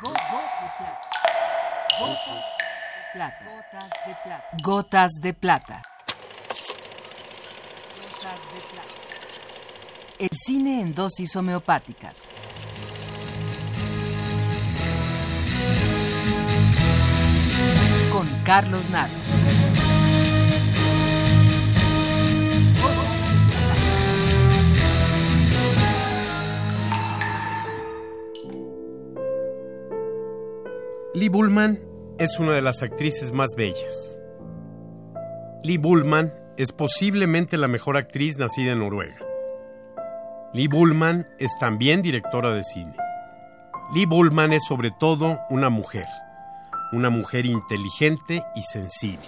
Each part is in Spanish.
Gotas de plata. El cine en dosis homeopáticas. Con Carlos Narro. Lee Bullman es una de las actrices más bellas. Lee Bullman es posiblemente la mejor actriz nacida en Noruega. Lee Bullman es también directora de cine. Lee Bullman es sobre todo una mujer inteligente y sensible.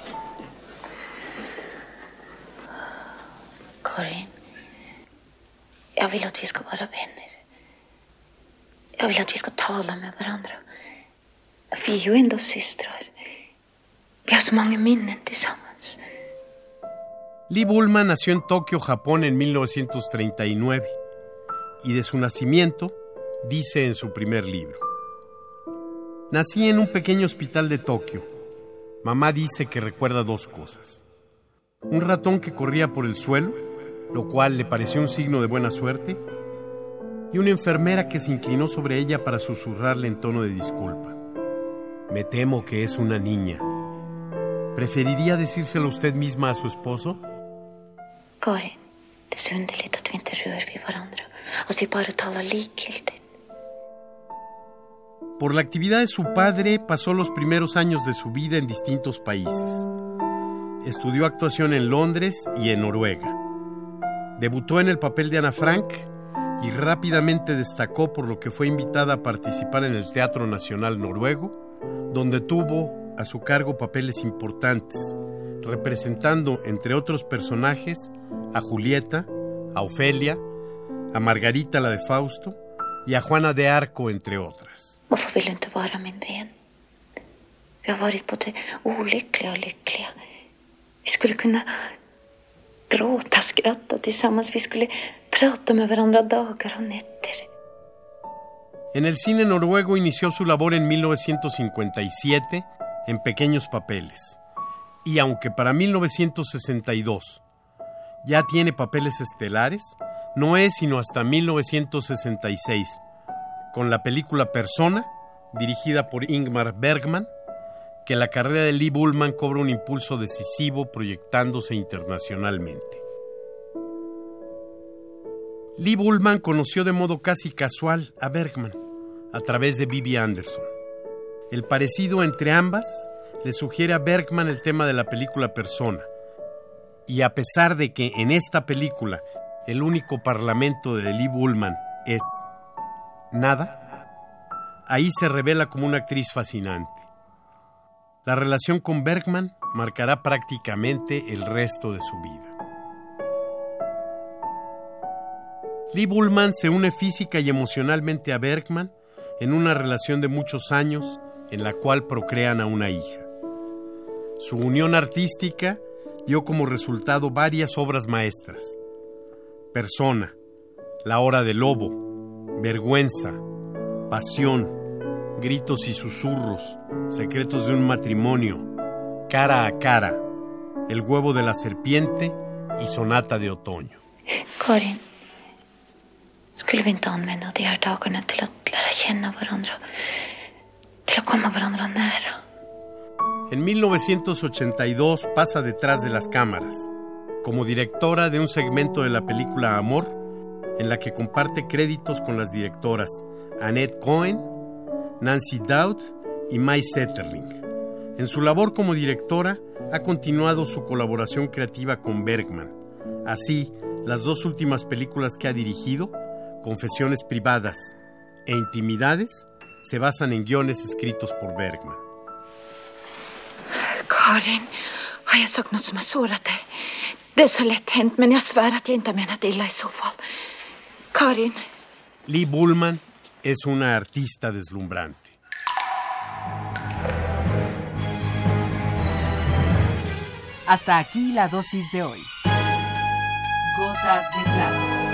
Karin, jag vill att vi ska vara vänner. Jag vill att vi ska tala med varandra. Vi är ju ändå systrar. Vi har så många minnen tillsammans. Lee Bullman nació en Tokio, Japón, en 1939 y de su nacimiento dice en su primer libro: nací en un pequeño hospital de Tokio. Mamá dice que recuerda dos cosas: un ratón que corría por el suelo, lo cual le pareció un signo de buena suerte, y una enfermera que se inclinó sobre ella para susurrarle en tono de disculpa: me temo que es una niña. ¿Preferiría decírselo usted misma a su esposo? Karin, det är så underligt att vi inte rör vid varandra. Att vi bara talar likgiltigt. Por la actividad de su padre, pasó los primeros años de su vida en distintos países. Estudió actuación en Londres y en Noruega. Debutó en el papel de Ana Frank y rápidamente destacó por lo que fue invitada a participar en el Teatro Nacional Noruego, donde tuvo a su cargo papeles importantes, representando, entre otros personajes, a Julieta, a Ofelia, a Margarita la de Fausto y a Juana de Arco, entre otras. Varför vill du inte vara min vän? Vi har varit både olyckliga och lyckliga. Vi skulle kunna gråta, skratta tillsammans. Vi skulle prata med varandra dagar och nätter. En el cine noruego inició su labor en 1957 en pequeños papeles. Y aunque para 1962 ya tiene papeles estelares, no es sino hasta 1966, con la película Persona, dirigida por Ingmar Bergman, que la carrera de Lee Bullman cobra un impulso decisivo proyectándose internacionalmente. Lee Bullman conoció de modo casi casual a Bergman a través de Bibi Andersson. El parecido entre ambas le sugiere a Bergman el tema de la película Persona, y a pesar de que en esta película el único parlamento de Lee Bullman es nada, ahí se revela como una actriz fascinante. La relación con Bergman marcará prácticamente el resto de su vida. Lee Bullman se une física y emocionalmente a Bergman en una relación de muchos años en la cual procrean a una hija. Su unión artística dio como resultado varias obras maestras: Persona, La hora del lobo, Vergüenza, Pasión, Gritos y susurros, Secretos de un matrimonio, Cara a cara, El huevo de la serpiente y Sonata de otoño. Karin, skulle vi inte använda de här dagarna till att lära känna varandra, till att komma varandra nära? En 1982 pasa detrás de las cámaras, como directora de un segmento de la película Amor, en la que comparte créditos con las directoras Annette Cohen, Nancy Dowd y Mai Zetterling. En su labor como directora ha continuado su colaboración creativa con Bergman. Así, las dos últimas películas que ha dirigido, Confesiones privadas e Intimidades, se basan en guiones escritos por Bergman. Karin, har jag sagt något som har sårat dig? Det är så lätt hänt, men jag svär att jag inte har menat illa i så fall. Karin. Lee Bullman es una artista deslumbrante. Hasta aquí la dosis de hoy. Gotas de plata.